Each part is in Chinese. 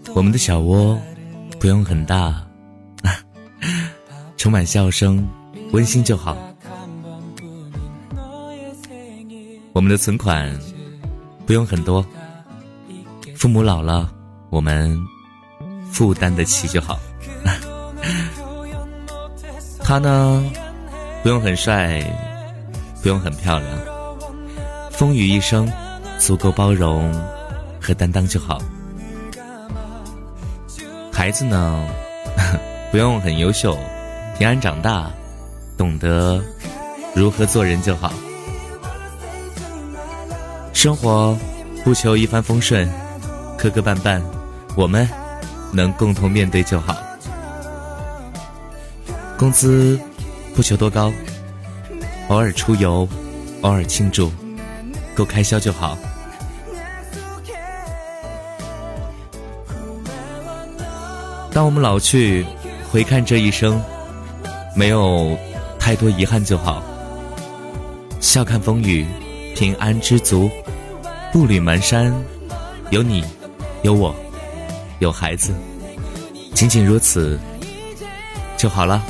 我们的小窝不用很大，充满笑声，温馨就好。我们的存款不用很多，父母老了，我们负担得起就好。他呢，不用很帅，不用很漂亮，风雨一生，足够包容和担当就好。孩子呢，不用很优秀，平安长大，懂得如何做人就好。生活不求一帆风顺，磕磕绊绊，我们能共同面对就好。工资不求多高，偶尔出游，偶尔庆祝，够开销就好。当我们老去，回看这一生，没有太多遗憾就好。笑看风雨，平安知足，步履蹒跚，有你，有我，有孩子，仅仅如此就好了。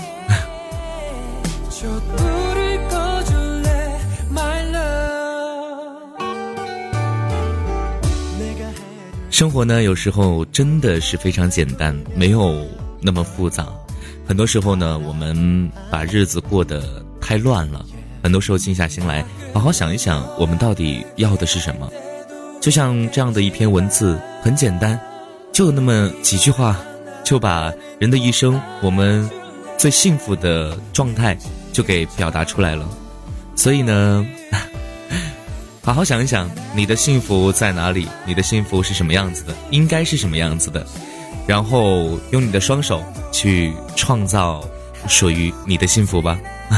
生活呢，有时候真的是非常简单，没有那么复杂。很多时候呢，我们把日子过得太乱了，很多时候静下心来好好想一想，我们到底要的是什么。就像这样的一篇文字，很简单，就那么几句话，就把人的一生，我们最幸福的状态就给表达出来了。所以呢，好好想一想，你的幸福在哪里？你的幸福是什么样子的？应该是什么样子的？然后用你的双手去创造属于你的幸福吧。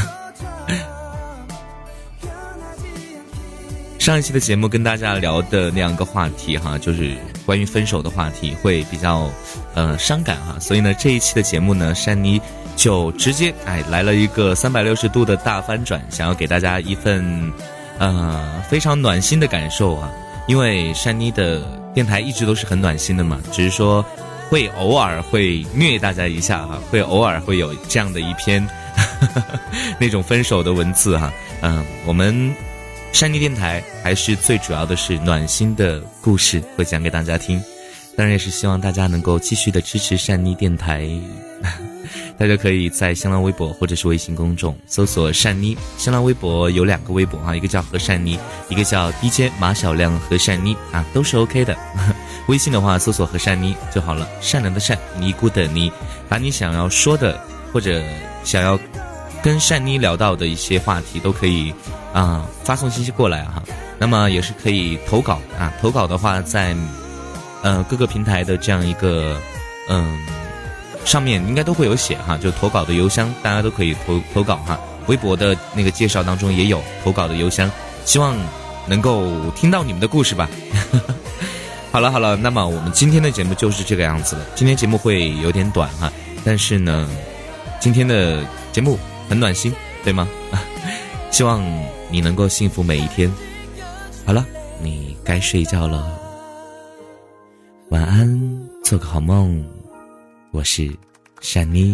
上一期的节目跟大家聊的那样一个话题哈，就是关于分手的话题，会比较伤感哈。所以呢，这一期的节目呢，珊妮就直接来了一个360度的大翻转，想要给大家一份非常暖心的感受啊。因为珊妮的电台一直都是很暖心的嘛，只是说会偶尔会虐大家一下哈，会偶尔会有这样的一篇那种分手的文字哈。我们珊妮电台还是最主要的是暖心的故事会讲给大家听，当然也是希望大家能够继续的支持珊妮电台。大家可以在新浪微博或者是微信公众搜索珊妮，新浪微博有2个微博啊，一个叫何珊妮，一个叫 DJ 马小亮何珊妮啊，都是 OK 的。微信的话搜索何珊妮就好了，善良的善，尼姑的尼，把你想要说的或者想要跟珊妮聊到的一些话题都可以发送信息过来哈。那么也是可以投稿啊，投稿的话在各个平台的这样一个上面应该都会有写哈，就投稿的邮箱大家都可以投稿哈。微博的那个介绍当中也有投稿的邮箱，希望能够听到你们的故事吧。好了，那么我们今天的节目就是这个样子了。今天节目会有点短哈，但是呢，今天的节目很暖心，对吗？希望你能够幸福每一天。好了，你该睡觉了，晚安，做个好梦。我是珊妮。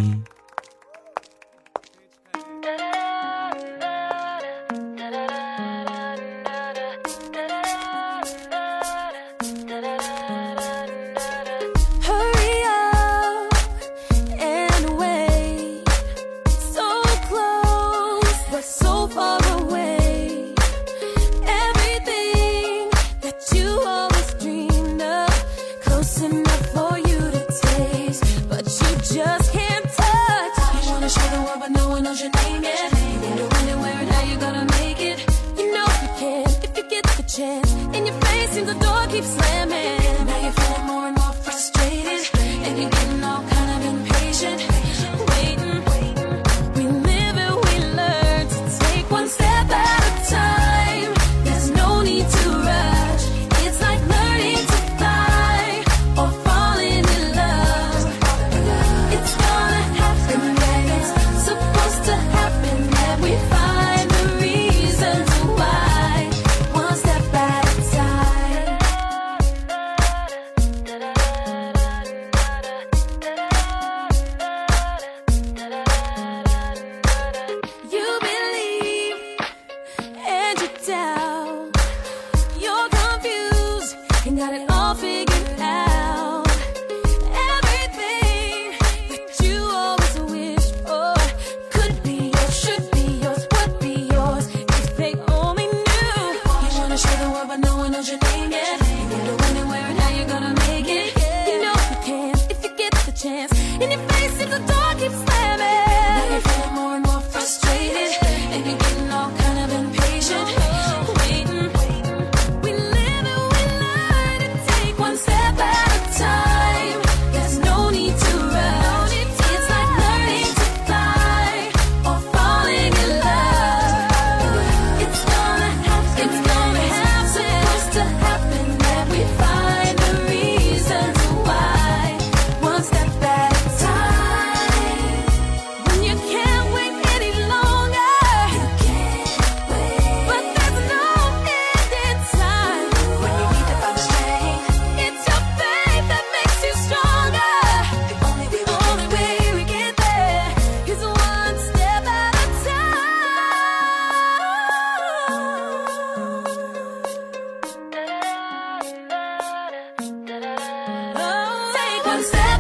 got it all figured out. Everything that you always wished for could be yours, should be yours, would be yours if they only knew. You wanna show the world but no one knows your name yet. You can go anywhere and how you gonna make it. You know you can if you get the chance. In your face if the door keeps slamming. Now you're feeling more and more frustrated, and you're getting all kind of impatient. Waiting. We live and we learn and take one step at a time. There's no need to rush. It's like learning to fly or falling in love. It's gonna happen. It's gonna happen. Supposed to happen. That we find the reasons why. One step at a time. When you can't wait any longer. You can't wait. But there's no end in time. When you need to find the strength. It's your faith that makes you stronger. The only way we get there is one step at a time. Take one step